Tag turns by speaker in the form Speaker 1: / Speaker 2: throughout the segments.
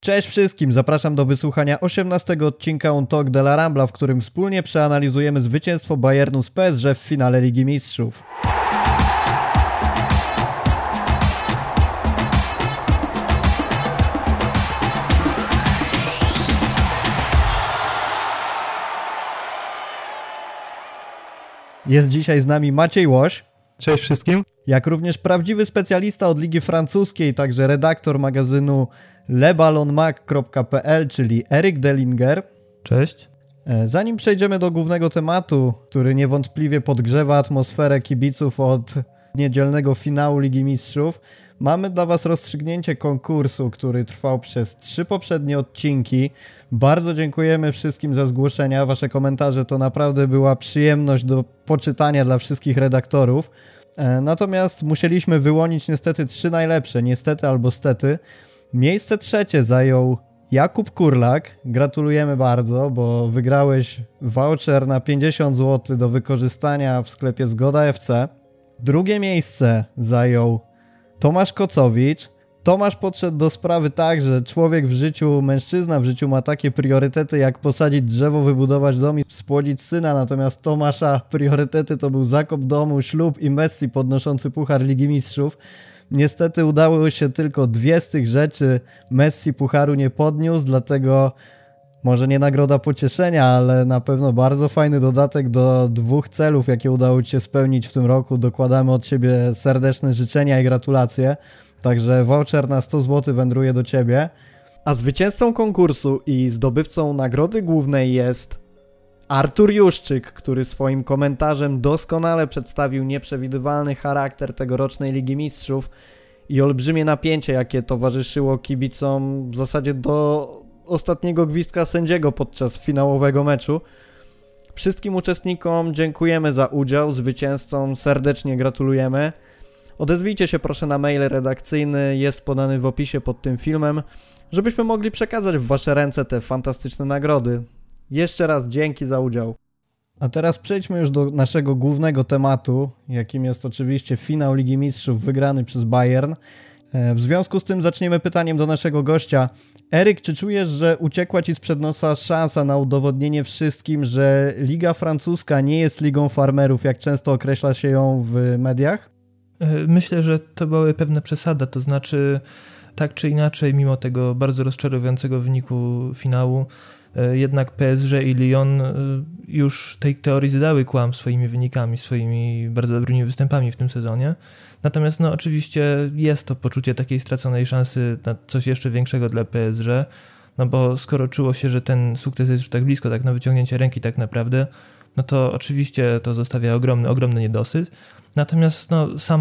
Speaker 1: Cześć wszystkim, zapraszam do wysłuchania 18 odcinka On Talk de la Rambla, w którym wspólnie przeanalizujemy zwycięstwo Bayernu z PSG w finale Ligi Mistrzów. Jest dzisiaj z nami Maciej Łoś.
Speaker 2: Cześć wszystkim.
Speaker 1: Jak również prawdziwy specjalista od Ligi Francuskiej, także redaktor magazynu leballonmag.pl, czyli Eryk Dellinger.
Speaker 3: Cześć.
Speaker 1: Zanim przejdziemy do głównego tematu, który niewątpliwie podgrzewa atmosferę kibiców od niedzielnego finału Ligi Mistrzów, mamy dla Was rozstrzygnięcie konkursu, który trwał przez 3 poprzednie odcinki. Bardzo dziękujemy wszystkim za zgłoszenia. Wasze komentarze to naprawdę była przyjemność do poczytania dla wszystkich redaktorów. Natomiast musieliśmy wyłonić niestety 3 najlepsze, niestety albo stety. Miejsce 3 zajął Jakub Kurlak. Gratulujemy bardzo, bo wygrałeś voucher na 50 zł do wykorzystania w sklepie Zgoda FC. Drugie miejsce zajął Tomasz Kocowicz. Tomasz podszedł do sprawy tak, że człowiek w życiu, mężczyzna w życiu ma takie priorytety jak posadzić drzewo, wybudować dom i spłodzić syna, natomiast Tomasza priorytety to był zakop domu, ślub i Messi podnoszący puchar Ligi Mistrzów. Niestety udało się tylko 2 z tych rzeczy, Messi pucharu nie podniósł, dlatego może nie nagroda pocieszenia, ale na pewno bardzo fajny dodatek do 2 celów, jakie udało Ci się spełnić w tym roku. Dokładamy od siebie serdeczne życzenia i gratulacje. Także voucher na 100 zł wędruje do Ciebie. A zwycięzcą konkursu i zdobywcą nagrody głównej jest Artur Juszczyk, który swoim komentarzem doskonale przedstawił nieprzewidywalny charakter tegorocznej Ligi Mistrzów i olbrzymie napięcie, jakie towarzyszyło kibicom w zasadzie do ostatniego gwizdka sędziego podczas finałowego meczu. Wszystkim uczestnikom dziękujemy za udział, zwycięzcom serdecznie gratulujemy. Odezwijcie się proszę na mail redakcyjny, jest podany w opisie pod tym filmem, żebyśmy mogli przekazać w Wasze ręce te fantastyczne nagrody. Jeszcze raz dzięki za udział. A teraz przejdźmy już do naszego głównego tematu, jakim jest oczywiście finał Ligi Mistrzów wygrany przez Bayern. W związku z tym zaczniemy pytaniem do naszego gościa. Eryk, czy czujesz, że uciekła Ci sprzed nosa szansa na udowodnienie wszystkim, że Liga Francuska nie jest ligą farmerów, jak często określa się ją w mediach?
Speaker 3: Myślę, że to były pewne przesada, to znaczy tak czy inaczej, mimo tego bardzo rozczarowującego wyniku finału, jednak PSG i Lyon już tej teorii zdały kłam swoimi wynikami, swoimi bardzo dobrymi występami w tym sezonie. Natomiast oczywiście jest to poczucie takiej straconej szansy na coś jeszcze większego dla PSG, bo skoro czuło się, że ten sukces jest już tak blisko, tak na wyciągnięcie ręki tak naprawdę, to oczywiście to zostawia ogromny niedosyt. Natomiast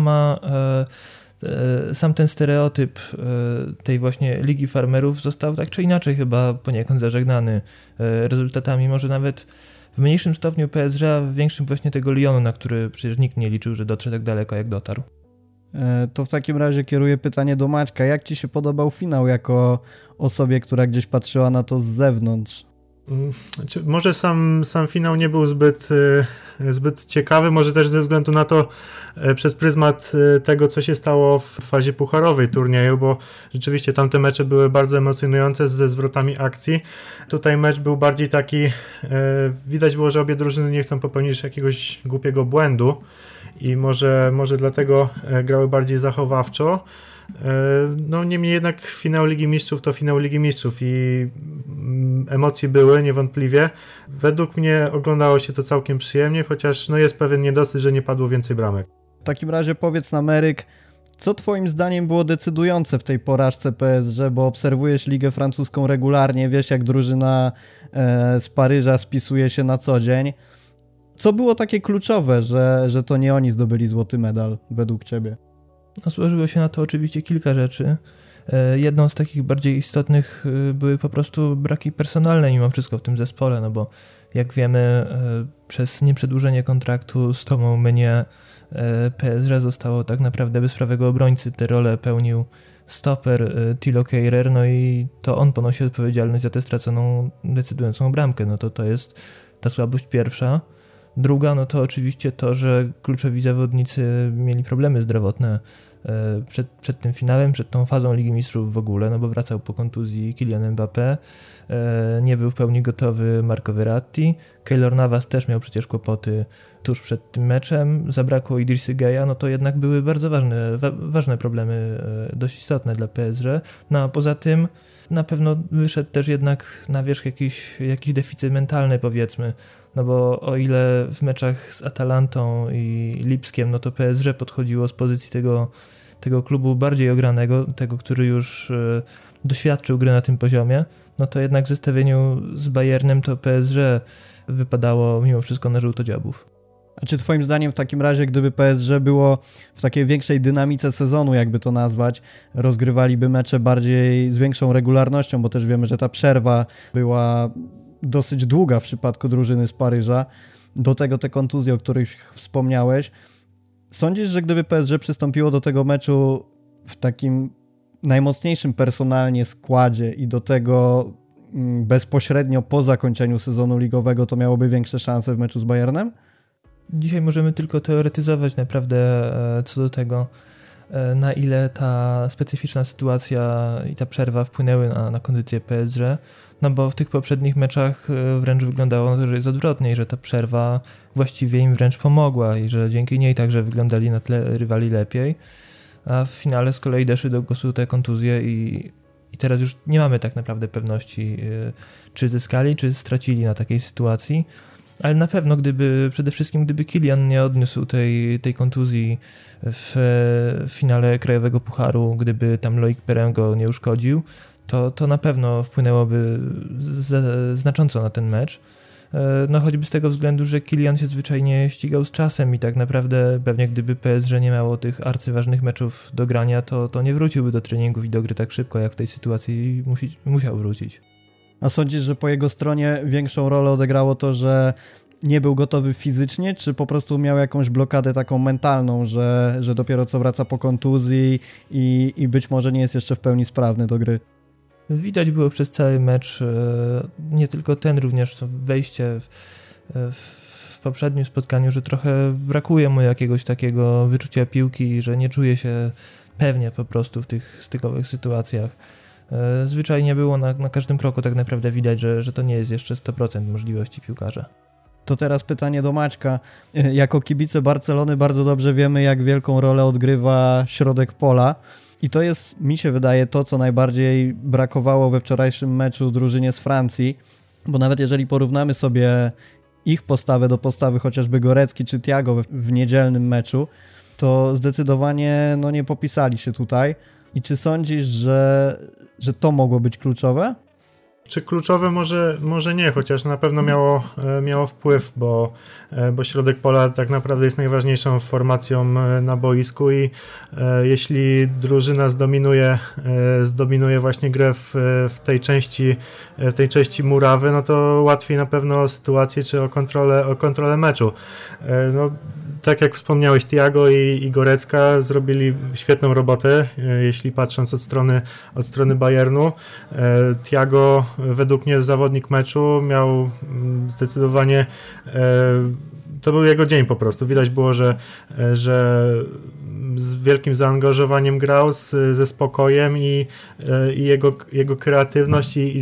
Speaker 3: sam ten stereotyp tej właśnie Ligi Farmerów został tak czy inaczej chyba poniekąd zażegnany rezultatami, może nawet w mniejszym stopniu PSG, a w większym właśnie tego Lyonu, na który przecież nikt nie liczył, że dotrze tak daleko, jak dotarł.
Speaker 1: To w takim razie kieruję pytanie do Maćka. Jak Ci się podobał finał jako osobie, która gdzieś patrzyła na to z zewnątrz?
Speaker 2: Może sam finał nie był zbyt ciekawy, może też ze względu na to przez pryzmat tego, co się stało w fazie pucharowej turnieju, bo rzeczywiście tamte mecze były bardzo emocjonujące ze zwrotami akcji. Tutaj mecz był bardziej taki, widać było, że obie drużyny nie chcą popełnić jakiegoś głupiego błędu i może dlatego grały bardziej zachowawczo. Niemniej jednak finał Ligi Mistrzów to finał Ligi Mistrzów i emocje były niewątpliwie. Według mnie oglądało się to całkiem przyjemnie, chociaż jest pewien niedosyt, że nie padło więcej bramek. W
Speaker 1: takim razie powiedz nam, Eryk, co Twoim zdaniem było decydujące w tej porażce PSG, bo obserwujesz Ligę Francuską regularnie, wiesz jak drużyna z Paryża spisuje się na co dzień. Co było takie kluczowe, że to nie oni zdobyli złoty medal według Ciebie?
Speaker 3: Złożyło się na to oczywiście kilka rzeczy. Jedną z takich bardziej istotnych były po prostu braki personalne mimo wszystko w tym zespole, bo jak wiemy przez nieprzedłużenie kontraktu z Thomą Meunier PSG zostało tak naprawdę bez prawego obrońcy. Tę rolę pełnił stoper Thilo Kehrer, i to on ponosi odpowiedzialność za tę straconą decydującą bramkę. To jest ta słabość pierwsza. Druga, to oczywiście to, że kluczowi zawodnicy mieli problemy zdrowotne. przed tym finałem, przed tą fazą Ligi Mistrzów w ogóle, no bo wracał po kontuzji Kylian Mbappé, nie był w pełni gotowy Marco Verratti, Keylor Navas też miał przecież kłopoty tuż przed tym meczem, zabrakło Idrissa Gueye, no to jednak były bardzo ważne problemy, dość istotne dla PSG, no a poza tym na pewno wyszedł też jednak na wierzch jakiś deficyt mentalny, powiedzmy, no bo o ile w meczach z Atalantą i Lipskiem, no to PSG podchodziło z pozycji tego klubu bardziej ogranego, tego, który już doświadczył gry na tym poziomie, no to jednak w zestawieniu z Bayernem to PSG wypadało mimo wszystko na żółtodziobów.
Speaker 1: A czy twoim zdaniem w takim razie, gdyby PSG było w takiej większej dynamice sezonu, jakby to nazwać, rozgrywaliby mecze bardziej z większą regularnością, bo też wiemy, że ta przerwa była dosyć długa w przypadku drużyny z Paryża, do tego te kontuzje, o których wspomniałeś. Sądzisz, że gdyby PSG przystąpiło do tego meczu w takim najmocniejszym personalnie składzie i do tego bezpośrednio po zakończeniu sezonu ligowego, to miałoby większe szanse w meczu z Bayernem?
Speaker 3: Dzisiaj możemy tylko teoretyzować naprawdę co do tego, na ile ta specyficzna sytuacja i ta przerwa wpłynęły na kondycję PSG, no bo w tych poprzednich meczach wręcz wyglądało na to, że jest odwrotnie i że ta przerwa właściwie im wręcz pomogła i że dzięki niej także wyglądali na tle rywali lepiej, a w finale z kolei doszły do głosu te kontuzje i teraz już nie mamy tak naprawdę pewności, czy zyskali, czy stracili na takiej sytuacji. Ale na pewno przede wszystkim gdyby Kylian nie odniósł tej kontuzji w finale Krajowego Pucharu, gdyby tam Loic Perrin go nie uszkodził, to na pewno wpłynęłoby znacząco na ten mecz. No choćby z tego względu, że Kylian się zwyczajnie ścigał z czasem i tak naprawdę pewnie gdyby PSG nie miało tych arcyważnych meczów do grania, to nie wróciłby do treningów i do gry tak szybko, jak w tej sytuacji musiał wrócić.
Speaker 1: A sądzisz, że po jego stronie większą rolę odegrało to, że nie był gotowy fizycznie, czy po prostu miał jakąś blokadę taką mentalną, że dopiero co wraca po kontuzji i być może nie jest jeszcze w pełni sprawny do gry?
Speaker 3: Widać było przez cały mecz, nie tylko ten, również wejście w poprzednim spotkaniu, że trochę brakuje mu jakiegoś takiego wyczucia piłki, że nie czuje się pewnie po prostu w tych stykowych sytuacjach. Zwyczajnie było na każdym kroku tak naprawdę widać, że to nie jest jeszcze 100% możliwości piłkarza.
Speaker 1: To teraz pytanie do Maćka. Jako kibice Barcelony bardzo dobrze wiemy, jak wielką rolę odgrywa środek pola. I to jest, mi się wydaje, to, co najbardziej brakowało we wczorajszym meczu drużynie z Francji, bo nawet jeżeli porównamy sobie ich postawę do postawy chociażby Gorecki czy Thiago w niedzielnym meczu, to zdecydowanie nie popisali się tutaj. I czy sądzisz, że to mogło być kluczowe?
Speaker 2: Czy kluczowe? Może nie, chociaż na pewno miało wpływ, bo środek pola tak naprawdę jest najważniejszą formacją na boisku i jeśli drużyna zdominuje właśnie grę w tej części murawy, no to łatwiej na pewno o sytuację czy o kontrolę meczu. No, tak jak wspomniałeś, Thiago i Gorecka zrobili świetną robotę, jeśli patrząc od strony Bayernu. Thiago według mnie zawodnik meczu, miał zdecydowanie, to był jego dzień po prostu. Widać było, że z wielkim zaangażowaniem grał, ze spokojem i jego kreatywność i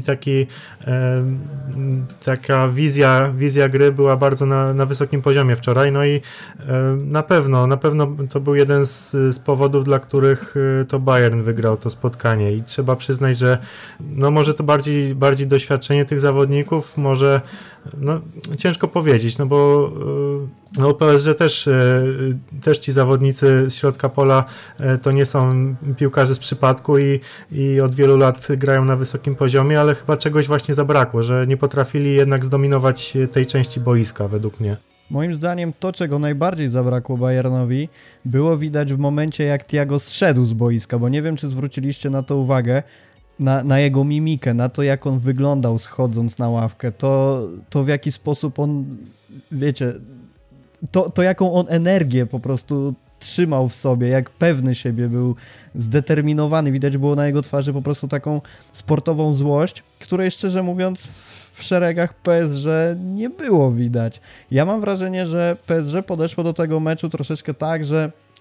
Speaker 2: taka wizja gry była bardzo na wysokim poziomie wczoraj. No i na pewno to był jeden z powodów, dla których to Bayern wygrał to spotkanie i trzeba przyznać, że może to bardziej doświadczenie tych zawodników, może ciężko powiedzieć, bo PSG też ci zawodnicy z środka pola to nie są piłkarze z przypadku i od wielu lat grają na wysokim poziomie, ale chyba czegoś właśnie zabrakło, że nie potrafili jednak zdominować tej części boiska według mnie.
Speaker 1: Moim zdaniem to, czego najbardziej zabrakło Bayernowi, było widać w momencie, jak Thiago zszedł z boiska, bo nie wiem, czy zwróciliście na to uwagę, na jego mimikę, na to, jak on wyglądał schodząc na ławkę, to w jaki sposób on, wiecie, to jaką on energię po prostu trzymał w sobie, jak pewny siebie był, zdeterminowany. Widać było na jego twarzy po prostu taką sportową złość, której szczerze mówiąc w szeregach PSG nie było widać. Ja mam wrażenie, że PSG podeszło do tego meczu troszeczkę tak, że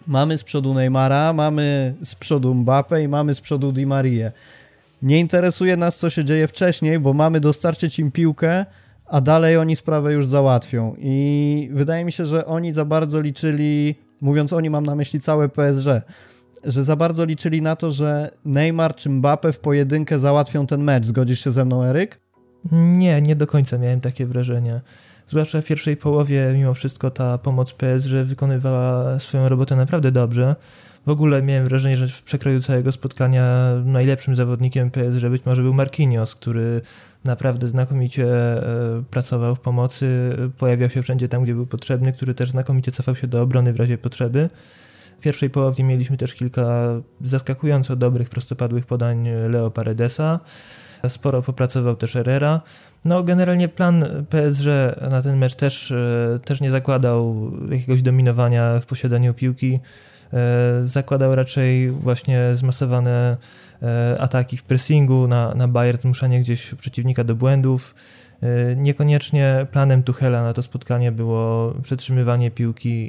Speaker 1: Mamy z przodu Neymara, mamy z przodu Mbappé i mamy z przodu Di Marię. Nie interesuje nas, co się dzieje wcześniej, bo mamy dostarczyć im piłkę, a dalej oni sprawę już załatwią. I wydaje mi się, że oni za bardzo liczyli, mówiąc oni, mam na myśli całe PSG, że za bardzo liczyli na to, że Neymar czy Mbappé w pojedynkę załatwią ten mecz. Zgodzisz się ze mną, Eryk?
Speaker 3: Nie do końca miałem takie wrażenie. Zwłaszcza w pierwszej połowie, mimo wszystko, ta pomoc PSG wykonywała swoją robotę naprawdę dobrze. W ogóle miałem wrażenie, że w przekroju całego spotkania najlepszym zawodnikiem PSG być może był Marquinhos, który naprawdę znakomicie pracował w pomocy, pojawiał się wszędzie tam, gdzie był potrzebny, który też znakomicie cofał się do obrony w razie potrzeby. W pierwszej połowie mieliśmy też kilka zaskakująco dobrych, prostopadłych podań Leo Paredesa. Sporo popracował też Herrera. No generalnie plan PSG na ten mecz też nie zakładał jakiegoś dominowania w posiadaniu piłki. Zakładał raczej właśnie zmasowane ataki w pressingu, na Bayern, zmuszanie gdzieś przeciwnika do błędów. Niekoniecznie planem Tuchela na to spotkanie było przetrzymywanie piłki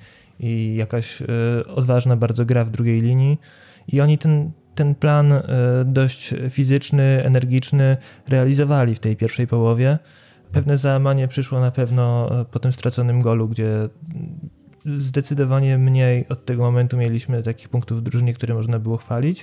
Speaker 3: i jakaś odważna bardzo gra w drugiej linii. I oni ten plan dość fizyczny, energiczny realizowali w tej pierwszej połowie. Pewne załamanie przyszło na pewno po tym straconym golu, gdzie zdecydowanie mniej od tego momentu mieliśmy takich punktów w drużynie, które można było chwalić,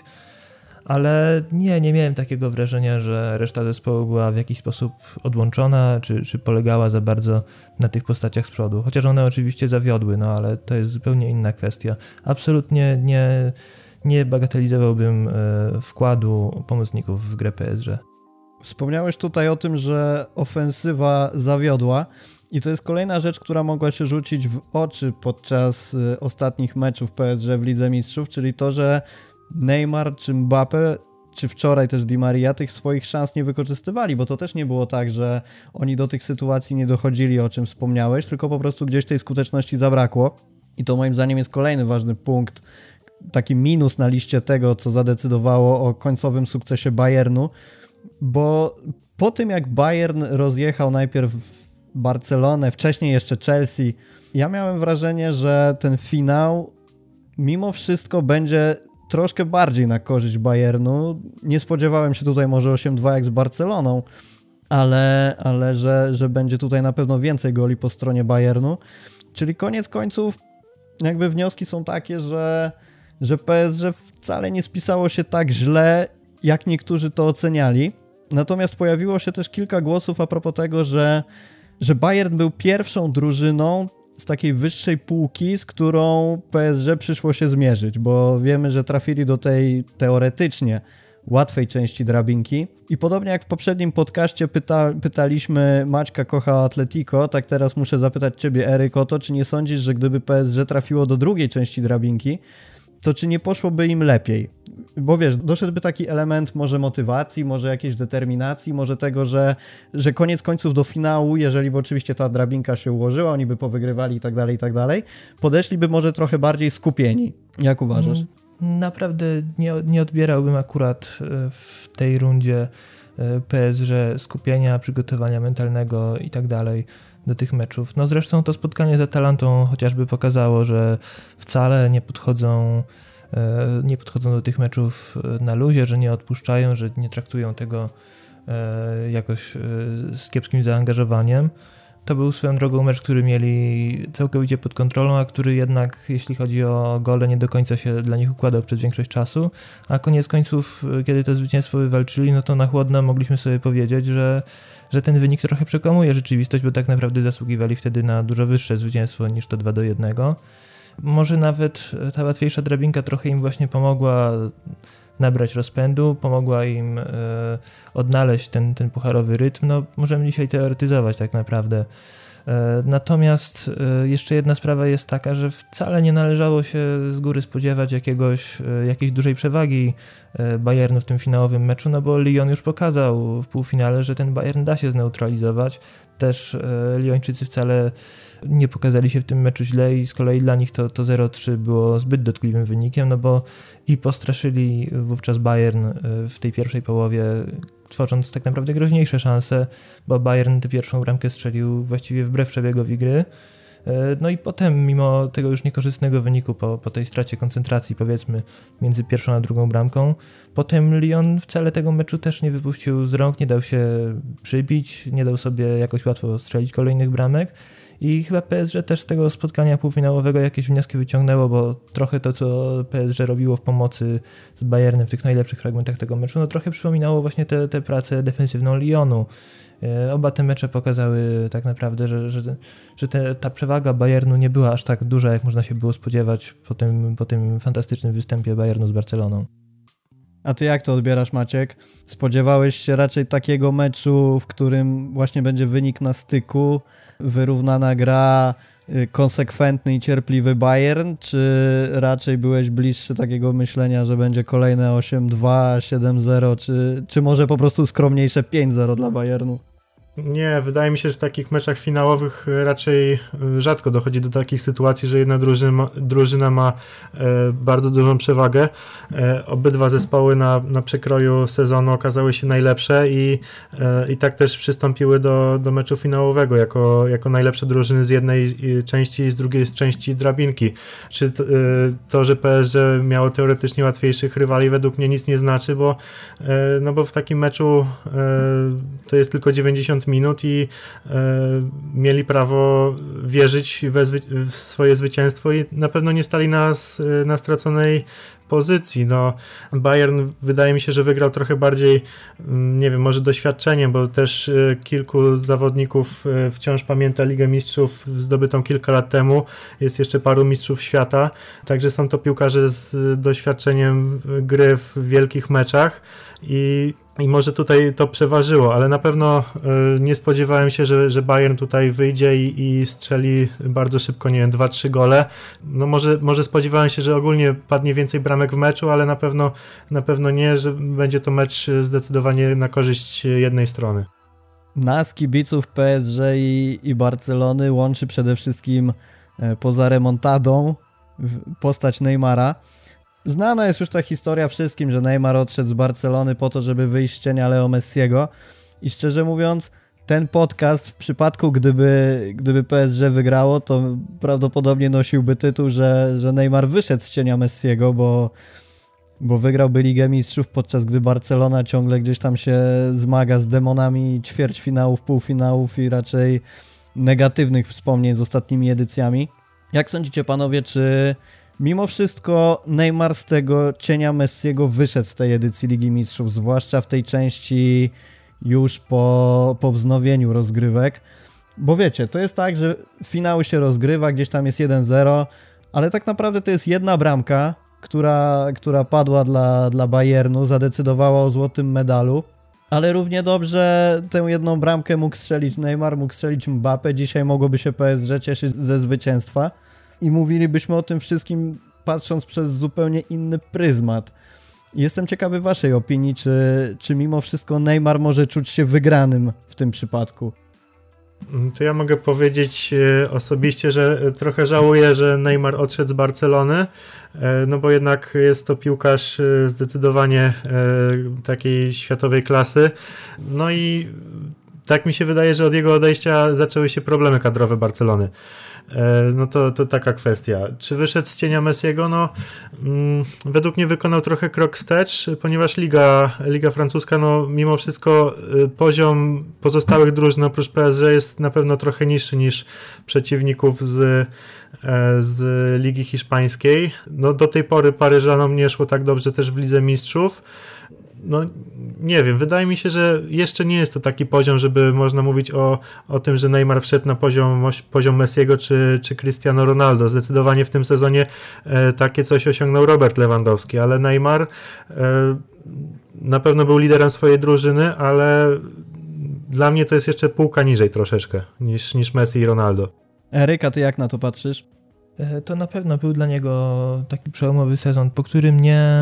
Speaker 3: ale nie miałem takiego wrażenia, że reszta zespołu była w jakiś sposób odłączona, czy polegała za bardzo na tych postaciach z przodu. Chociaż one oczywiście zawiodły, no ale to jest zupełnie inna kwestia. Absolutnie nie bagatelizowałbym wkładu pomocników w grę PSG.
Speaker 1: Wspomniałeś tutaj o tym, że ofensywa zawiodła i to jest kolejna rzecz, która mogła się rzucić w oczy podczas ostatnich meczów PSG w Lidze Mistrzów, czyli to, że Neymar czy Mbappé, czy wczoraj też Di Maria tych swoich szans nie wykorzystywali, bo to też nie było tak, że oni do tych sytuacji nie dochodzili, o czym wspomniałeś, tylko po prostu gdzieś tej skuteczności zabrakło i to moim zdaniem jest kolejny ważny punkt, taki minus na liście tego, co zadecydowało o końcowym sukcesie Bayernu, bo po tym jak Bayern rozjechał najpierw Barcelonę, wcześniej jeszcze Chelsea, ja miałem wrażenie, że ten finał mimo wszystko będzie troszkę bardziej na korzyść Bayernu. Nie spodziewałem się tutaj może 8-2 jak z Barceloną, ale że będzie tutaj na pewno więcej goli po stronie Bayernu. Czyli koniec końców jakby wnioski są takie, że PSG wcale nie spisało się tak źle, jak niektórzy to oceniali. Natomiast pojawiło się też kilka głosów a propos tego, że Bayern był pierwszą drużyną z takiej wyższej półki, z którą PSG przyszło się zmierzyć, bo wiemy, że trafili do tej teoretycznie łatwej części drabinki. I podobnie jak w poprzednim podcaście pytaliśmy Maćka Kocha o Atletico, tak teraz muszę zapytać Ciebie, Eryk, o to, czy nie sądzisz, że gdyby PSG trafiło do drugiej części drabinki, to czy nie poszłoby im lepiej? Bo wiesz, doszedłby taki element może motywacji, może jakiejś determinacji, może tego, że koniec końców do finału, jeżeli by oczywiście ta drabinka się ułożyła, oni by powygrywali i tak dalej, podeszliby może trochę bardziej skupieni. Jak uważasz?
Speaker 3: Naprawdę nie odbierałbym akurat w tej rundzie PSG skupienia, przygotowania mentalnego i tak dalej do tych meczów. No zresztą to spotkanie z Atalantą chociażby pokazało, że wcale nie podchodzą do tych meczów na luzie, że nie odpuszczają, że nie traktują tego jakoś z kiepskim zaangażowaniem. To był swoją drogą mecz, który mieli całkowicie pod kontrolą, a który jednak, jeśli chodzi o gole, nie do końca się dla nich układał przez większość czasu, a koniec końców, kiedy to zwycięstwo wywalczyli, no to na chłodno mogliśmy sobie powiedzieć, że ten wynik trochę przekłamuje rzeczywistość, bo tak naprawdę zasługiwali wtedy na dużo wyższe zwycięstwo niż to 2-1. Może nawet ta łatwiejsza drabinka trochę im właśnie pomogła nabrać rozpędu, pomogła im odnaleźć ten pucharowy rytm. No, możemy dzisiaj teoretyzować tak naprawdę. Natomiast jeszcze jedna sprawa jest taka, że wcale nie należało się z góry spodziewać jakiejś dużej przewagi Bayernu w tym finałowym meczu, no bo Lyon już pokazał w półfinale, że ten Bayern da się zneutralizować. Też Lyończycy wcale nie pokazali się w tym meczu źle i z kolei dla nich to 0-3 było zbyt dotkliwym wynikiem, no bo i postraszyli wówczas Bayern w tej pierwszej połowie, tworząc tak naprawdę groźniejsze szanse, bo Bayern tę pierwszą bramkę strzelił właściwie wbrew przebiegowi gry. No i potem, mimo tego już niekorzystnego wyniku po tej stracie koncentracji, powiedzmy, między pierwszą a drugą bramką, potem Lyon wcale tego meczu też nie wypuścił z rąk, nie dał się przybić, nie dał sobie jakoś łatwo strzelić kolejnych bramek. I chyba PSG też z tego spotkania półfinałowego jakieś wnioski wyciągnęło, bo trochę to, co PSG robiło w pomocy z Bayernem w tych najlepszych fragmentach tego meczu, no trochę przypominało właśnie tę pracę defensywną Lyonu. Oba te mecze pokazały tak naprawdę, że ta przewaga Bayernu nie była aż tak duża, jak można się było spodziewać po tym fantastycznym występie Bayernu z Barceloną.
Speaker 1: A ty jak to odbierasz, Maciek? Spodziewałeś się raczej takiego meczu, w którym właśnie będzie wynik na styku, wyrównana gra, konsekwentny i cierpliwy Bayern, czy raczej byłeś bliższy takiego myślenia, że będzie kolejne 8-2, 7-0, czy może po prostu skromniejsze 5-0 dla Bayernu?
Speaker 2: Nie, wydaje mi się, że w takich meczach finałowych raczej rzadko dochodzi do takich sytuacji, że jedna drużyna ma bardzo dużą przewagę. Obydwa zespoły na przekroju sezonu okazały się najlepsze i tak też przystąpiły do meczu finałowego jako najlepsze drużyny z jednej części i z drugiej części drabinki. Czy to, że PSG miało teoretycznie łatwiejszych rywali, według mnie nic nie znaczy, bo w takim meczu to jest tylko 90 minut i mieli prawo wierzyć w swoje zwycięstwo i na pewno nie stali na straconej pozycji. No, Bayern wydaje mi się, że wygrał trochę bardziej, nie wiem, może doświadczeniem, bo też kilku zawodników wciąż pamięta Ligę Mistrzów zdobytą kilka lat temu. Jest jeszcze paru mistrzów świata, także są to piłkarze z doświadczeniem gry w wielkich meczach i może tutaj to przeważyło, ale na pewno nie spodziewałem się, że Bayern tutaj wyjdzie i strzeli bardzo szybko, nie wiem, 2-3 gole. No może spodziewałem się, że ogólnie padnie więcej bramek w meczu, ale na pewno nie, że będzie to mecz zdecydowanie na korzyść jednej strony.
Speaker 1: Nas, kibiców PSG i Barcelony, łączy przede wszystkim poza remontadą postać Neymara. Znana jest już ta historia wszystkim, że Neymar odszedł z Barcelony po to, żeby wyjść z cienia Leo Messiego i szczerze mówiąc, ten podcast w przypadku, gdyby PSG wygrało, to prawdopodobnie nosiłby tytuł, że Neymar wyszedł z cienia Messiego, bo wygrałby Ligę Mistrzów, podczas gdy Barcelona ciągle gdzieś tam się zmaga z demonami ćwierćfinałów, półfinałów i raczej negatywnych wspomnień z ostatnimi edycjami. Jak sądzicie, panowie, czy mimo wszystko Neymar z tego cienia Messiego wyszedł w tej edycji Ligi Mistrzów, zwłaszcza w tej części już po wznowieniu rozgrywek? Bo wiecie, to jest tak, że finał się rozgrywa, gdzieś tam jest 1-0, ale tak naprawdę to jest jedna bramka, która padła dla Bayernu, zadecydowała o złotym medalu, ale równie dobrze tę jedną bramkę mógł strzelić Neymar, mógł strzelić Mbappé, dzisiaj mogłoby się PSG cieszyć ze zwycięstwa. I mówilibyśmy o tym wszystkim patrząc przez zupełnie inny pryzmat. Jestem ciekawy waszej opinii, czy mimo wszystko Neymar może czuć się wygranym w tym przypadku.
Speaker 2: To ja mogę powiedzieć osobiście, że trochę żałuję, że Neymar odszedł z Barcelony, no bo jednak jest to piłkarz zdecydowanie takiej światowej klasy. No i tak mi się wydaje, że od jego odejścia zaczęły się problemy kadrowe Barcelony. No to taka kwestia. Czy wyszedł z cienia Messiego? No, według mnie wykonał trochę krok wstecz, ponieważ Liga francuska, no mimo wszystko poziom pozostałych drużyn oprócz PSG jest na pewno trochę niższy niż przeciwników z Ligi Hiszpańskiej. No do tej pory Paryżanom nie szło tak dobrze też w Lidze Mistrzów. No nie wiem, wydaje mi się, że jeszcze nie jest to taki poziom, żeby można mówić o tym, że Neymar wszedł na poziom Messiego czy Cristiano Ronaldo. Zdecydowanie w tym sezonie takie coś osiągnął Robert Lewandowski, ale Neymar na pewno był liderem swojej drużyny, ale dla mnie to jest jeszcze półka niżej troszeczkę niż Messi i Ronaldo.
Speaker 1: Eryka, ty jak na to patrzysz?
Speaker 3: To na pewno był dla niego taki przełomowy sezon, po którym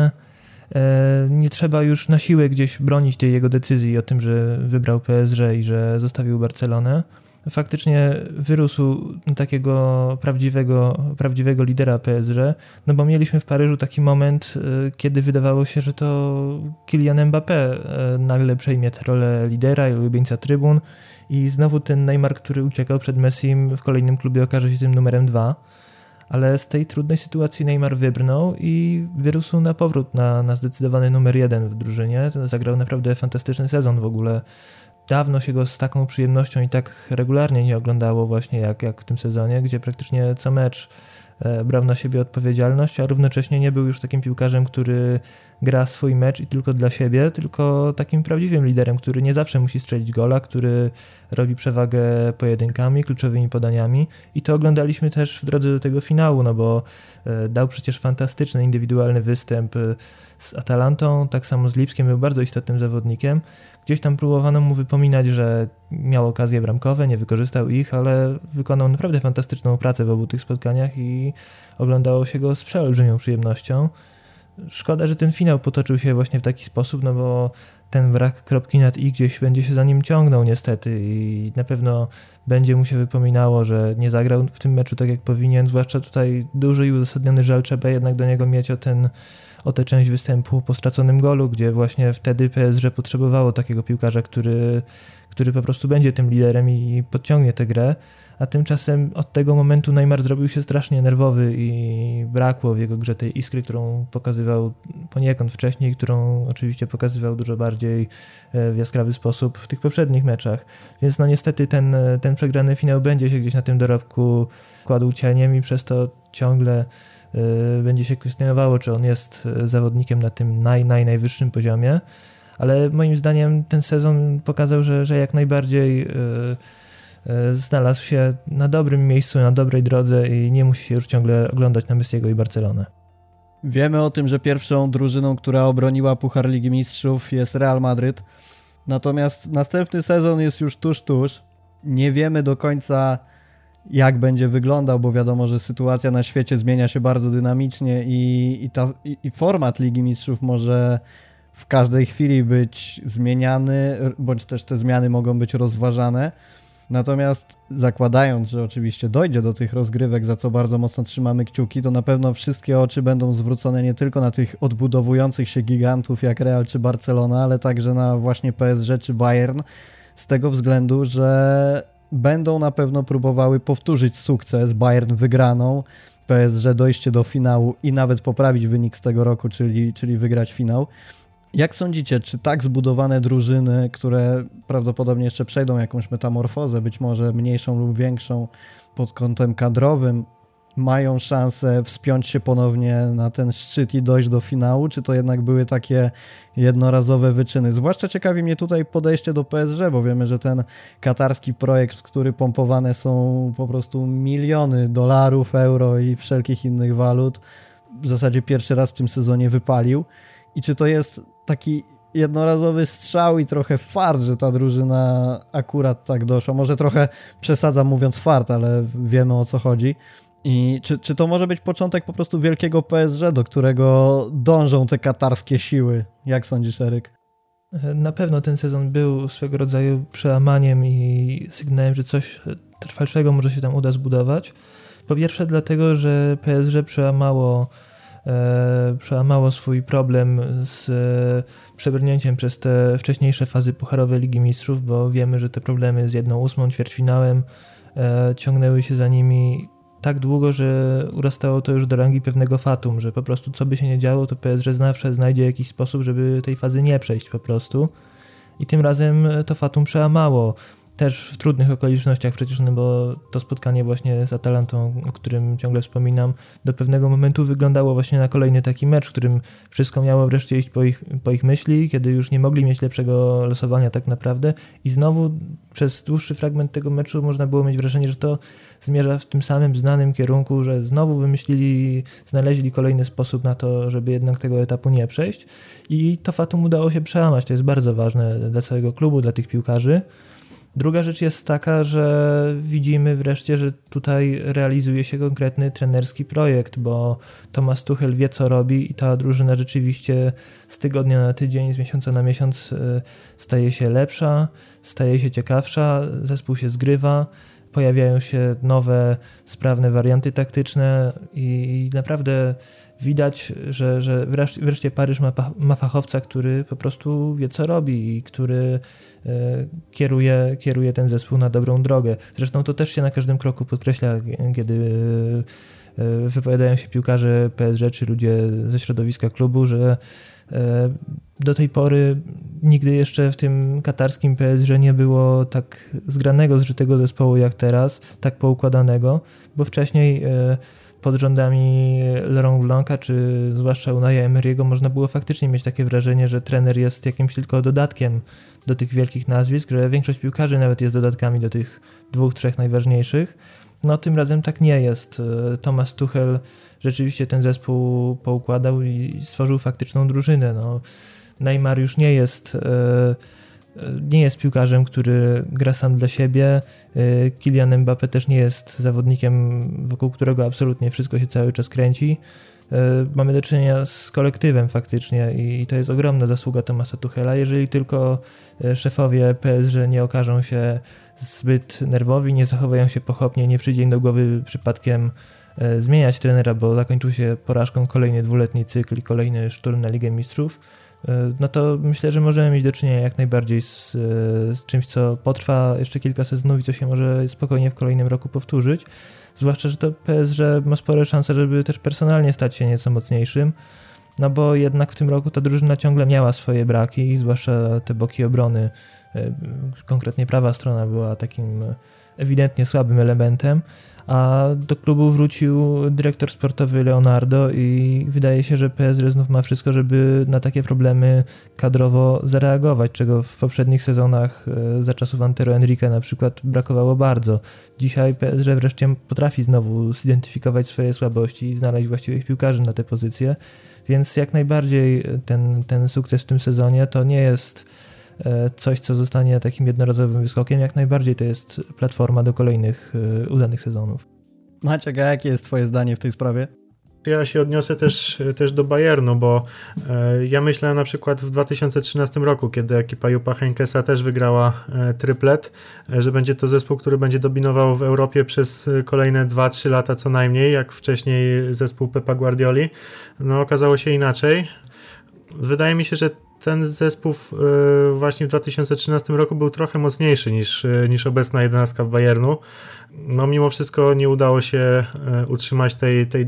Speaker 3: nie trzeba już na siłę gdzieś bronić tej jego decyzji o tym, że wybrał PSG i że zostawił Barcelonę. faktycznie wyrósł na takiego prawdziwego lidera PSG, no bo mieliśmy w Paryżu taki moment, kiedy wydawało się, że to Kylian Mbappé nagle przejmie tę rolę lidera i ulubieńca trybun i znowu ten Neymar, który uciekał przed Messim, w kolejnym klubie okaże się tym numerem 2. Ale z tej trudnej sytuacji Neymar wybrnął i wyrósł na powrót na zdecydowany numer 1 w drużynie. Zagrał naprawdę fantastyczny sezon w ogóle. Dawno się go z taką przyjemnością i tak regularnie nie oglądało właśnie jak w tym sezonie, gdzie praktycznie co mecz brał na siebie odpowiedzialność, a równocześnie nie był już takim piłkarzem, który gra swój mecz i tylko dla siebie, tylko takim prawdziwym liderem, który nie zawsze musi strzelić gola, który robi przewagę pojedynkami, kluczowymi podaniami i to oglądaliśmy też w drodze do tego finału, no bo dał przecież fantastyczny indywidualny występ z Atalantą, tak samo z Lipskiem, był bardzo istotnym zawodnikiem. Gdzieś tam próbowano mu wypominać, że miał okazje bramkowe, nie wykorzystał ich, ale wykonał naprawdę fantastyczną pracę w obu tych spotkaniach i oglądało się go z przeolbrzymią przyjemnością. Szkoda, że ten finał potoczył się właśnie w taki sposób, no bo ten brak kropki nad i gdzieś będzie się za nim ciągnął niestety i na pewno będzie mu się wypominało, że nie zagrał w tym meczu tak jak powinien, zwłaszcza tutaj duży i uzasadniony żal trzeba jednak do niego mieć o tę część występu po straconym golu, gdzie właśnie wtedy PSG potrzebowało takiego piłkarza, który po prostu będzie tym liderem i podciągnie tę grę, a tymczasem od tego momentu Neymar zrobił się strasznie nerwowy i brakło w jego grze tej iskry, którą pokazywał poniekąd wcześniej, którą oczywiście pokazywał dużo bardziej w jaskrawy sposób w tych poprzednich meczach. Więc no niestety ten przegrany finał będzie się gdzieś na tym dorobku kładł cieniem i przez to ciągle będzie się kwestionowało, czy on jest zawodnikiem na tym najwyższym poziomie, ale moim zdaniem ten sezon pokazał, że jak najbardziej znalazł się na dobrym miejscu, na dobrej drodze i nie musi się już ciągle oglądać na Messiego i Barcelonę.
Speaker 1: Wiemy o tym, że pierwszą drużyną, która obroniła Puchar Ligi Mistrzów jest Real Madryt, natomiast następny sezon jest już tuż. Nie wiemy do końca, jak będzie wyglądał, bo wiadomo, że sytuacja na świecie zmienia się bardzo dynamicznie i format Ligi Mistrzów może w każdej chwili być zmieniany, bądź też te zmiany mogą być rozważane. Natomiast zakładając, że oczywiście dojdzie do tych rozgrywek, za co bardzo mocno trzymamy kciuki, to na pewno wszystkie oczy będą zwrócone nie tylko na tych odbudowujących się gigantów jak Real czy Barcelona, ale także na właśnie PSG czy Bayern, z tego względu, że będą na pewno próbowały powtórzyć sukces, Bayern wygraną, PSG dojście do finału i nawet poprawić wynik z tego roku, czyli wygrać finał. Jak sądzicie, czy tak zbudowane drużyny, które prawdopodobnie jeszcze przejdą jakąś metamorfozę, być może mniejszą lub większą pod kątem kadrowym, mają szansę wspiąć się ponownie na ten szczyt i dojść do finału, czy to jednak były takie jednorazowe wyczyny? Zwłaszcza ciekawi mnie tutaj podejście do PSG, bo wiemy, że ten katarski projekt, w który pompowane są po prostu miliony dolarów, euro i wszelkich innych walut, w zasadzie pierwszy raz w tym sezonie wypalił. I czy to jest taki jednorazowy strzał i trochę fart, że ta drużyna akurat tak doszła? Może trochę przesadzam mówiąc fart, ale wiemy o co chodzi. I czy to może być początek po prostu wielkiego PSG, do którego dążą te katarskie siły? Jak sądzisz, Eryk?
Speaker 3: Na pewno ten sezon był swego rodzaju przełamaniem i sygnałem, że coś trwalszego może się tam uda zbudować. Po pierwsze dlatego, że PSG przełamało swój problem z przebrnięciem przez te wcześniejsze fazy pucharowe Ligi Mistrzów, bo wiemy, że te problemy z 1/8 ćwierćfinałem ciągnęły się za nimi tak długo, że urastało to już do rangi pewnego fatum, że po prostu co by się nie działo, to PSG zawsze znajdzie jakiś sposób, żeby tej fazy nie przejść po prostu. I tym razem to fatum przełamało. Też w trudnych okolicznościach przecież, no bo to spotkanie właśnie z Atalantą, o którym ciągle wspominam, do pewnego momentu wyglądało właśnie na kolejny taki mecz, w którym wszystko miało wreszcie iść po ich myśli, kiedy już nie mogli mieć lepszego losowania tak naprawdę i znowu przez dłuższy fragment tego meczu można było mieć wrażenie, że to zmierza w tym samym znanym kierunku, że znowu znaleźli kolejny sposób na to, żeby jednak tego etapu nie przejść i to fatum udało się przełamać, to jest bardzo ważne dla całego klubu, dla tych piłkarzy. Druga rzecz jest taka, że widzimy wreszcie, że tutaj realizuje się konkretny trenerski projekt, bo Thomas Tuchel wie, co robi i ta drużyna rzeczywiście z tygodnia na tydzień, z miesiąca na miesiąc staje się lepsza, staje się ciekawsza, zespół się zgrywa, pojawiają się nowe, sprawne warianty taktyczne i naprawdę widać, że wreszcie Paryż ma fachowca, który po prostu wie, co robi i który kieruje ten zespół na dobrą drogę. Zresztą to też się na każdym kroku podkreśla, kiedy wypowiadają się piłkarze PSG czy ludzie ze środowiska klubu, że do tej pory nigdy jeszcze w tym katarskim PSG nie było tak zgranego, zżytego zespołu jak teraz, tak poukładanego, bo wcześniej pod rządami Laurent Blanca czy zwłaszcza Unaia Emery'ego można było faktycznie mieć takie wrażenie, że trener jest jakimś tylko dodatkiem do tych wielkich nazwisk, że większość piłkarzy nawet jest dodatkami do tych 2-3 najważniejszych. No tym razem tak nie jest. Thomas Tuchel rzeczywiście ten zespół poukładał i stworzył faktyczną drużynę. No, Neymar już nie jest piłkarzem, który gra sam dla siebie. Kylian Mbappé też nie jest zawodnikiem, wokół którego absolutnie wszystko się cały czas kręci. Mamy do czynienia z kolektywem faktycznie i to jest ogromna zasługa Thomasa Tuchela. Jeżeli tylko szefowie PSG nie okażą się zbyt nerwowi, nie zachowają się pochopnie, nie przyjdzie im do głowy przypadkiem zmieniać trenera, bo zakończył się porażką kolejny 2-letni cykl i kolejny szturm na Ligę Mistrzów, no to myślę, że możemy mieć do czynienia jak najbardziej z czymś, co potrwa jeszcze kilka sezonów i co się może spokojnie w kolejnym roku powtórzyć. Zwłaszcza, że to PSG ma spore szanse, żeby też personalnie stać się nieco mocniejszym, no bo jednak w tym roku ta drużyna ciągle miała swoje braki, zwłaszcza te boki obrony, konkretnie prawa strona była takim ewidentnie słabym elementem, a do klubu wrócił dyrektor sportowy Leonardo i wydaje się, że PSG znów ma wszystko, żeby na takie problemy kadrowo zareagować, czego w poprzednich sezonach za czasów Antero Henrique na przykład brakowało bardzo. Dzisiaj PSG wreszcie potrafi znowu zidentyfikować swoje słabości i znaleźć właściwych piłkarzy na te pozycje, więc jak najbardziej ten sukces w tym sezonie to nie jest coś, co zostanie takim jednorazowym wyskokiem, jak najbardziej to jest platforma do kolejnych udanych sezonów.
Speaker 1: Maciek, a jakie jest twoje zdanie w tej sprawie?
Speaker 2: Ja się odniosę też do Bayernu, bo ja myślę na przykład w 2013 roku, kiedy ekipa Jupa Heynckesa też wygrała triplet, że będzie to zespół, który będzie dominował w Europie przez kolejne 2-3 lata co najmniej, jak wcześniej zespół Pepa Guardioli. No okazało się inaczej. Wydaje mi się, że ten zespół właśnie w 2013 roku był trochę mocniejszy niż obecna 11 Bayernu. No mimo wszystko nie udało się utrzymać tej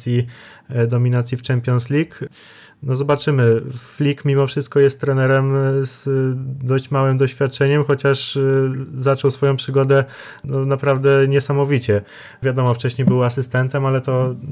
Speaker 2: dominacji w Champions League. No zobaczymy. Flick mimo wszystko jest trenerem z dość małym doświadczeniem, chociaż zaczął swoją przygodę no, naprawdę niesamowicie. Wiadomo, wcześniej był asystentem, ale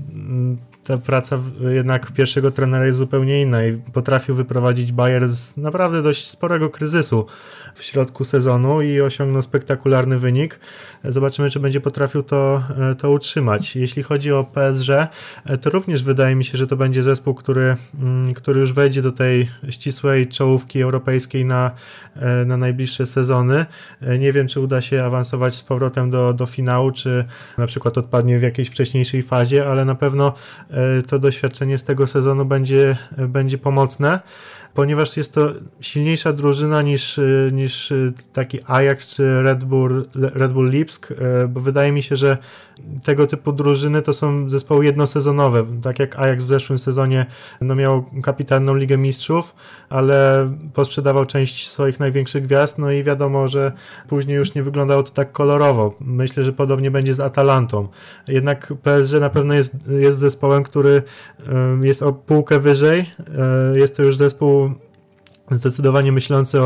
Speaker 2: ta praca jednak pierwszego trenera jest zupełnie inna i potrafił wyprowadzić Bayern z naprawdę dość sporego kryzysu w środku sezonu i osiągnął spektakularny wynik. Zobaczymy, czy będzie potrafił to utrzymać. Jeśli chodzi o PSG, to również wydaje mi się, że to będzie zespół, który już wejdzie do tej ścisłej czołówki europejskiej na najbliższe sezony. Nie wiem, czy uda się awansować z powrotem do finału, czy na przykład odpadnie w jakiejś wcześniejszej fazie, ale na pewno to doświadczenie z tego sezonu będzie pomocne, ponieważ jest to silniejsza drużyna niż taki Ajax czy Red Bull Lipsk, bo wydaje mi się, że tego typu drużyny to są zespoły jednosezonowe, tak jak Ajax w zeszłym sezonie miał kapitalną Ligę Mistrzów, ale posprzedawał część swoich największych gwiazd, no i wiadomo, że później już nie wyglądało to tak kolorowo. Myślę, że podobnie będzie z Atalantą. Jednak PSG na pewno jest zespołem, który jest o półkę wyżej. Jest to już zespół zdecydowanie myślący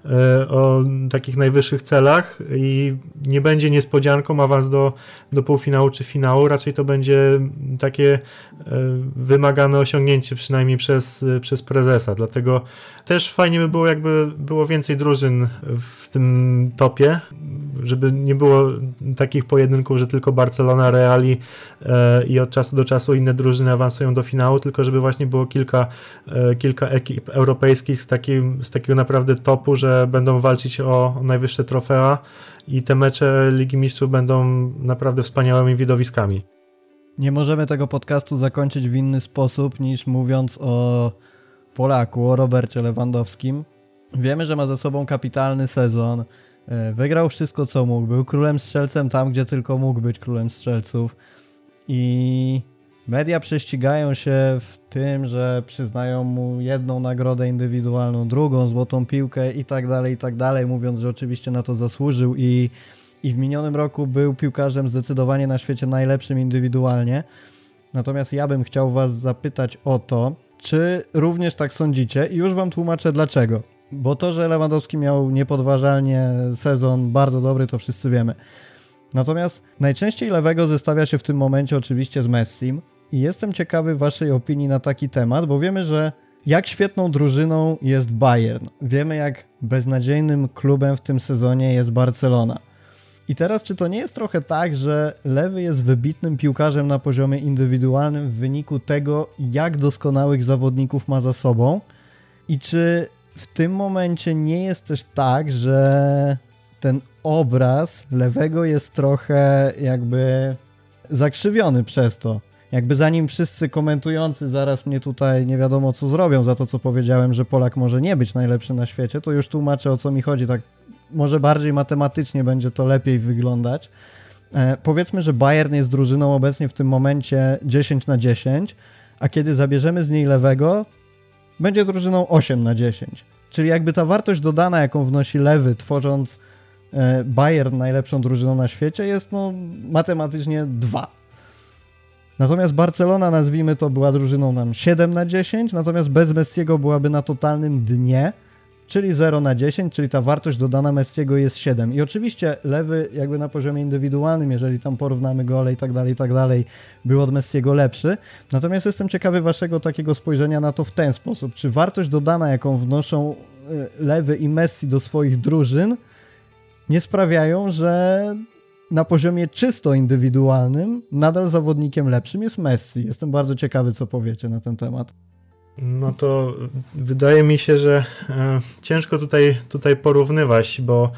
Speaker 2: o takich najwyższych celach i nie będzie niespodzianką awans do półfinału czy finału, raczej to będzie takie wymagane osiągnięcie przynajmniej przez prezesa, dlatego też fajnie by było, jakby było więcej drużyn w tym topie. żeby nie było takich pojedynków, że tylko Barcelona, Reali i od czasu do czasu inne drużyny awansują do finału, tylko żeby właśnie było kilka ekip europejskich z takiego naprawdę topu, że będą walczyć o najwyższe trofea i te mecze Ligi Mistrzów będą naprawdę wspaniałymi widowiskami.
Speaker 1: Nie możemy tego podcastu zakończyć w inny sposób niż mówiąc o Polaku, o Robercie Lewandowskim. Wiemy, że ma za sobą kapitalny sezon, wygrał wszystko co mógł, był królem strzelcem tam, gdzie tylko mógł być królem strzelców i media prześcigają się w tym, że przyznają mu jedną nagrodę indywidualną, drugą, złotą piłkę i tak dalej, mówiąc, że oczywiście na to zasłużył i w minionym roku był piłkarzem zdecydowanie na świecie najlepszym indywidualnie. Natomiast ja bym chciał was zapytać o to, czy również tak sądzicie i już wam tłumaczę dlaczego. Bo to, że Lewandowski miał niepodważalnie sezon bardzo dobry, to wszyscy wiemy. Natomiast najczęściej lewego zestawia się w tym momencie oczywiście z Messim i jestem ciekawy waszej opinii na taki temat, bo wiemy, że jak świetną drużyną jest Bayern. Wiemy, jak beznadziejnym klubem w tym sezonie jest Barcelona. I teraz, czy to nie jest trochę tak, że lewy jest wybitnym piłkarzem na poziomie indywidualnym w wyniku tego, jak doskonałych zawodników ma za sobą? I czy w tym momencie nie jest też tak, że ten obraz lewego jest trochę jakby zakrzywiony przez to? Jakby zanim wszyscy komentujący zaraz mnie tutaj nie wiadomo co zrobią za to, co powiedziałem, że Polak może nie być najlepszy na świecie, to już tłumaczę, o co mi chodzi, tak może bardziej matematycznie będzie to lepiej wyglądać. Powiedzmy, że Bayern jest drużyną obecnie w tym momencie 10/10, a kiedy zabierzemy z niej lewego, będzie drużyną 8/10. Czyli jakby ta wartość dodana, jaką wnosi lewy, tworząc Bayern najlepszą drużyną na świecie, jest matematycznie 2. Natomiast Barcelona, nazwijmy to, była drużyną nam 7/10, natomiast bez Messiego byłaby na totalnym dnie, czyli 0/10, czyli ta wartość dodana Messiego jest 7. I oczywiście lewy jakby na poziomie indywidualnym, jeżeli tam porównamy gole i tak dalej, był od Messiego lepszy. Natomiast jestem ciekawy waszego takiego spojrzenia na to w ten sposób. Czy wartość dodana, jaką wnoszą lewy i Messi do swoich drużyn, nie sprawiają, że na poziomie czysto indywidualnym nadal zawodnikiem lepszym jest Messi? Jestem bardzo ciekawy, co powiecie na ten temat.
Speaker 2: No to wydaje mi się, że ciężko tutaj porównywać, bo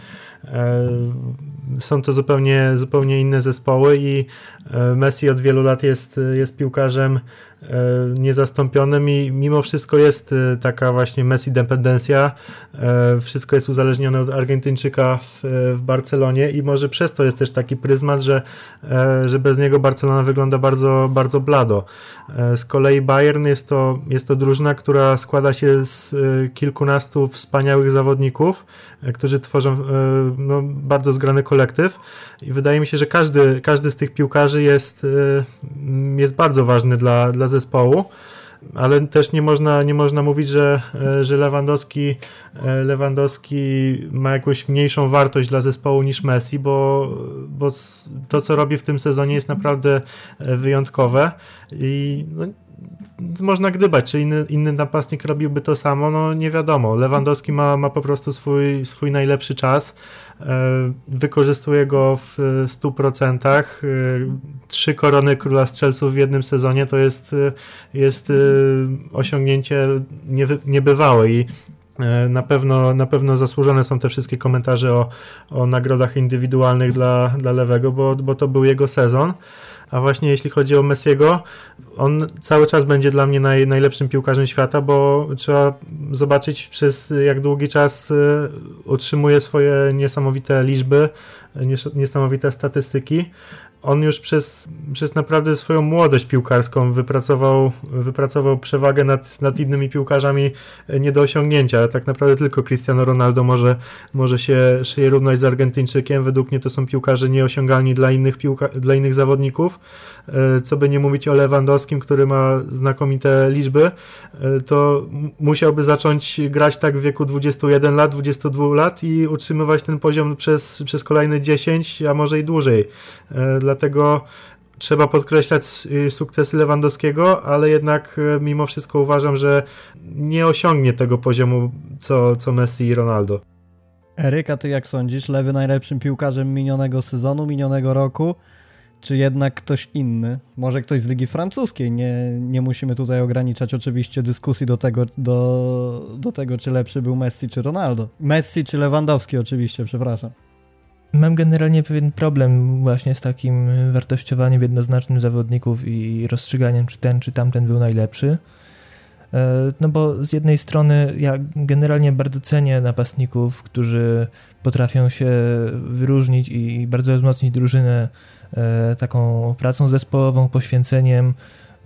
Speaker 2: są to zupełnie inne zespoły i Messi od wielu lat jest piłkarzem niezastąpionym i mimo wszystko jest taka właśnie Messi dependencja. Wszystko jest uzależnione od Argentyńczyka w Barcelonie i może przez to jest też taki pryzmat, że bez niego Barcelona wygląda bardzo, bardzo blado. Z kolei Bayern jest to drużyna, która składa się z kilkunastu wspaniałych zawodników, którzy tworzą bardzo zgrany kolektyw i wydaje mi się, że każdy z tych piłkarzy jest bardzo ważny dla zespołu, ale też nie można mówić, że Lewandowski ma jakąś mniejszą wartość dla zespołu niż Messi, bo to, co robi w tym sezonie, jest naprawdę wyjątkowe i można gdybać, czy inny napastnik robiłby to samo, nie wiadomo. Lewandowski ma po prostu swój najlepszy czas, wykorzystuje go w 100%. 3 korony króla strzelców w jednym sezonie to jest osiągnięcie niebywałe i na pewno zasłużone są te wszystkie komentarze o nagrodach indywidualnych dla lewego, bo to był jego sezon. A właśnie jeśli chodzi o Messiego, on cały czas będzie dla mnie najlepszym piłkarzem świata, bo trzeba zobaczyć, przez jak długi czas utrzymuje swoje niesamowite liczby, niesamowite statystyki. On już przez naprawdę swoją młodość piłkarską wypracował przewagę nad innymi piłkarzami nie do osiągnięcia. Tak naprawdę tylko Cristiano Ronaldo może się równać z Argentyńczykiem. Według mnie to są piłkarze nieosiągalni dla innych zawodników. Co by nie mówić o Lewandowskim, który ma znakomite liczby, to musiałby zacząć grać tak w wieku 21 lat, 22 lat i utrzymywać ten poziom przez kolejne 10, a może i dłużej. Dlatego trzeba podkreślać sukcesy Lewandowskiego, ale jednak mimo wszystko uważam, że nie osiągnie tego poziomu co Messi i Ronaldo.
Speaker 1: Eryka, ty jak sądzisz, Lewy najlepszym piłkarzem minionego sezonu, minionego roku, czy jednak ktoś inny? Może ktoś z Ligi Francuskiej? Nie musimy tutaj ograniczać oczywiście dyskusji do tego, czy lepszy był Messi czy Ronaldo. Messi czy Lewandowski oczywiście, przepraszam.
Speaker 3: Mam generalnie pewien problem właśnie z takim wartościowaniem jednoznacznym zawodników i rozstrzyganiem, czy ten, czy tamten był najlepszy. No bo z jednej strony ja generalnie bardzo cenię napastników, którzy potrafią się wyróżnić i bardzo wzmocnić drużynę taką pracą zespołową, poświęceniem,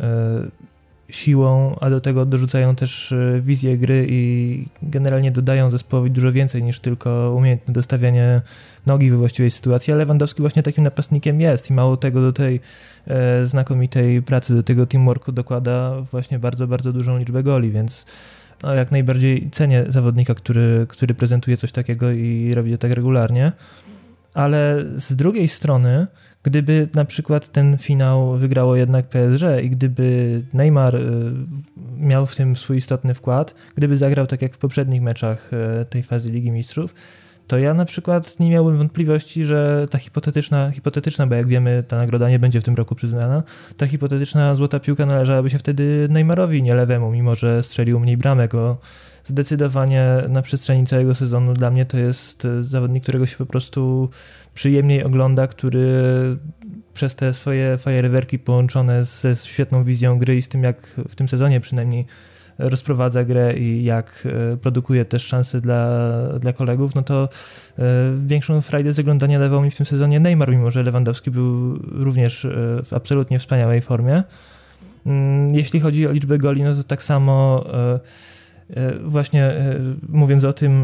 Speaker 3: siłą, a do tego dorzucają też wizję gry i generalnie dodają zespołowi dużo więcej niż tylko umiejętne dostawianie nogi we właściwej sytuacji, a Lewandowski właśnie takim napastnikiem jest i mało tego do tej znakomitej pracy, do tego teamworku dokłada właśnie bardzo, bardzo dużą liczbę goli, więc no, jak najbardziej cenię zawodnika, który prezentuje coś takiego i robi to tak regularnie, ale z drugiej strony, gdyby na przykład ten finał wygrało jednak PSG i gdyby Neymar miał w tym swój istotny wkład, gdyby zagrał tak jak w poprzednich meczach tej fazy Ligi Mistrzów, to ja na przykład nie miałbym wątpliwości, że ta hipotetyczna, bo jak wiemy ta nagroda nie będzie w tym roku przyznana, ta hipotetyczna złota piłka należałaby się wtedy Neymarowi, nie Lewemu, mimo że strzelił mniej bramek, bo zdecydowanie na przestrzeni całego sezonu dla mnie to jest zawodnik, którego się po prostu przyjemniej ogląda, który przez te swoje fajerwerki połączone ze świetną wizją gry i z tym, jak w tym sezonie przynajmniej rozprowadza grę i jak produkuje też szanse dla kolegów, no to większą frajdę z oglądania dawał mi w tym sezonie Neymar, mimo że Lewandowski był również w absolutnie wspaniałej formie. Jeśli chodzi o liczbę goli, no to tak samo właśnie mówiąc o tym,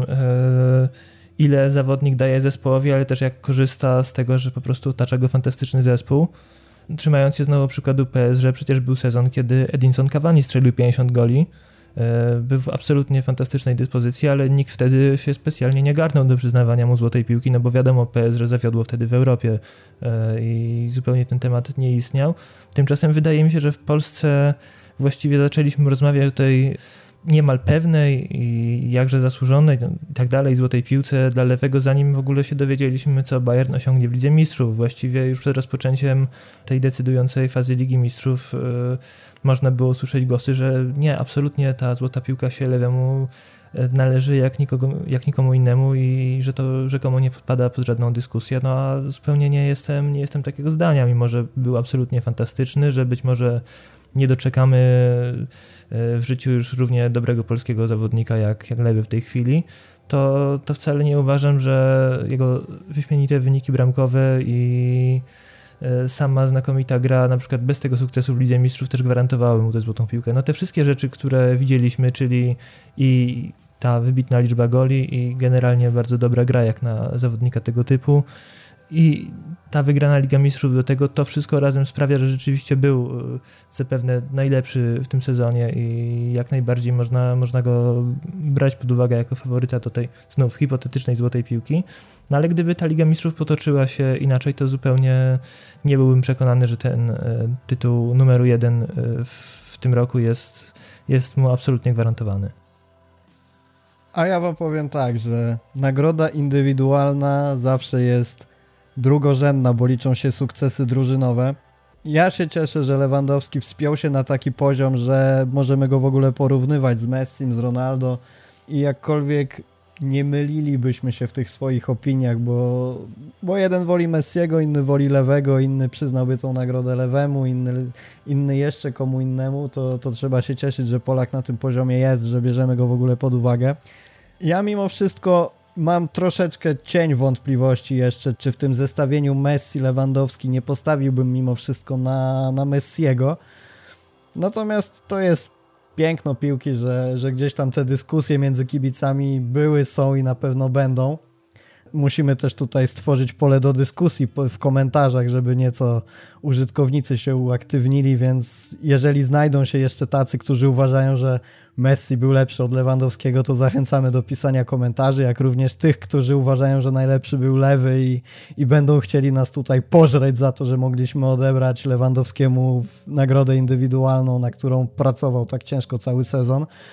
Speaker 3: ile zawodnik daje zespołowi, ale też jak korzysta z tego, że po prostu otacza go fantastyczny zespół. Trzymając się znowu przykładu PSG, przecież był sezon, kiedy Edinson Cavani strzelił 50 goli. Był w absolutnie fantastycznej dyspozycji, ale nikt wtedy się specjalnie nie garnął do przyznawania mu złotej piłki, no bo wiadomo, PSG zawiodło wtedy w Europie i zupełnie ten temat nie istniał. Tymczasem wydaje mi się, że w Polsce właściwie zaczęliśmy rozmawiać o tej niemal pewnej i jakże zasłużonej i tak dalej złotej piłce dla Lewego, zanim w ogóle się dowiedzieliśmy, co Bayern osiągnie w Lidze Mistrzów. Właściwie już przed rozpoczęciem tej decydującej fazy Ligi Mistrzów można było usłyszeć głosy, że nie, absolutnie ta złota piłka się Lewemu należy jak nikomu innemu i że to rzekomo nie podpada pod żadną dyskusję. No a zupełnie nie jestem takiego zdania, mimo że był absolutnie fantastyczny, że być może nie doczekamy w życiu już równie dobrego polskiego zawodnika jak Lewy w tej chwili, to wcale nie uważam, że jego wyśmienite wyniki bramkowe i sama znakomita gra, na przykład bez tego sukcesu w Lidze Mistrzów też gwarantowały mu tę złotą piłkę. No te wszystkie rzeczy, które widzieliśmy, czyli i ta wybitna liczba goli i generalnie bardzo dobra gra jak na zawodnika tego typu i ta wygrana Liga Mistrzów do tego, to wszystko razem sprawia, że rzeczywiście był zapewne najlepszy w tym sezonie i jak najbardziej można go brać pod uwagę jako faworyta do tej znów hipotetycznej złotej piłki. No ale gdyby ta Liga Mistrzów potoczyła się inaczej, to zupełnie nie byłbym przekonany, że ten tytuł numeru 1 w tym roku jest mu absolutnie gwarantowany.
Speaker 1: A ja wam powiem tak, że nagroda indywidualna zawsze jest drugorzędna, bo liczą się sukcesy drużynowe. Ja się cieszę, że Lewandowski wspiął się na taki poziom, że możemy go w ogóle porównywać z Messim, z Ronaldo i jakkolwiek nie mylilibyśmy się w tych swoich opiniach, bo jeden woli Messiego, inny woli Lewego, inny przyznałby tą nagrodę Lewemu, inny jeszcze komu innemu, to trzeba się cieszyć, że Polak na tym poziomie jest, że bierzemy go w ogóle pod uwagę. Ja mimo wszystko mam troszeczkę cień wątpliwości jeszcze, czy w tym zestawieniu Messi-Lewandowski nie postawiłbym mimo wszystko na Messiego. Natomiast to jest piękno piłki, że gdzieś tam te dyskusje między kibicami były, są i na pewno będą. Musimy też tutaj stworzyć pole do dyskusji w komentarzach, żeby nieco użytkownicy się uaktywnili, więc jeżeli znajdą się jeszcze tacy, którzy uważają, że Messi był lepszy od Lewandowskiego, to zachęcamy do pisania komentarzy, jak również tych, którzy uważają, że najlepszy był Lewy i będą chcieli nas tutaj pożreć za to, że mogliśmy odebrać Lewandowskiemu nagrodę indywidualną, na którą pracował tak ciężko cały sezon.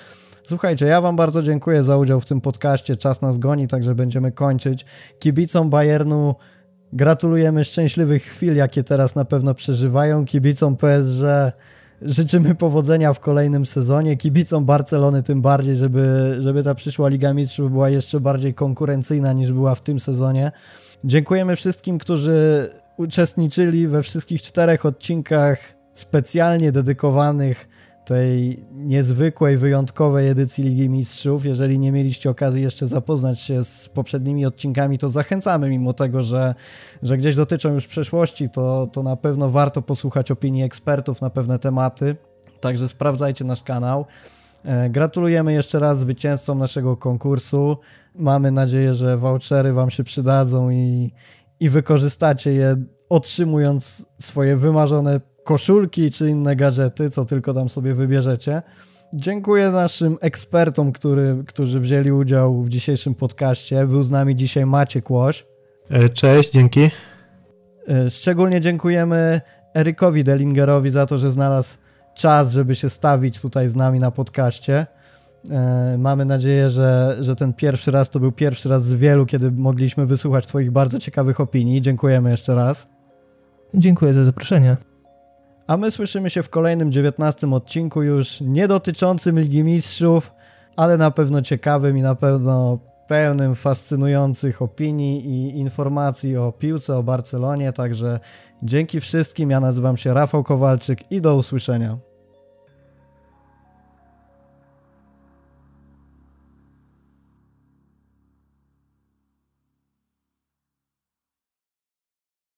Speaker 1: Słuchajcie, ja wam bardzo dziękuję za udział w tym podcaście. Czas nas goni, także będziemy kończyć. Kibicom Bayernu gratulujemy szczęśliwych chwil, jakie teraz na pewno przeżywają. Kibicom PSG życzymy powodzenia w kolejnym sezonie. Kibicom Barcelony tym bardziej, żeby ta przyszła Liga Mistrzów była jeszcze bardziej konkurencyjna niż była w tym sezonie. Dziękujemy wszystkim, którzy uczestniczyli we wszystkich 4 odcinkach specjalnie dedykowanych tej niezwykłej, wyjątkowej edycji Ligi Mistrzów. Jeżeli nie mieliście okazji jeszcze zapoznać się z poprzednimi odcinkami, to zachęcamy, mimo tego, że gdzieś dotyczą już przeszłości, to na pewno warto posłuchać opinii ekspertów na pewne tematy. Także sprawdzajcie nasz kanał. Gratulujemy jeszcze raz zwycięzcom naszego konkursu. Mamy nadzieję, że vouchery wam się przydadzą i wykorzystacie je, otrzymując swoje wymarzone koszulki czy inne gadżety, co tylko tam sobie wybierzecie. Dziękuję naszym ekspertom, którzy wzięli udział w dzisiejszym podcaście. Był z nami dzisiaj Maciek Łoś.
Speaker 2: Cześć, dzięki.
Speaker 1: Szczególnie dziękujemy Erykowi Dellingerowi za to, że znalazł czas, żeby się stawić tutaj z nami na podcaście. Mamy nadzieję, że ten pierwszy raz to był pierwszy raz z wielu, kiedy mogliśmy wysłuchać twoich bardzo ciekawych opinii. Dziękujemy jeszcze raz.
Speaker 3: Dziękuję za zaproszenie.
Speaker 1: A my słyszymy się w kolejnym 19 odcinku, już nie dotyczącym Ligi Mistrzów, ale na pewno ciekawym i na pewno pełnym fascynujących opinii i informacji o piłce, o Barcelonie. Także dzięki wszystkim, ja nazywam się Rafał Kowalczyk i do usłyszenia.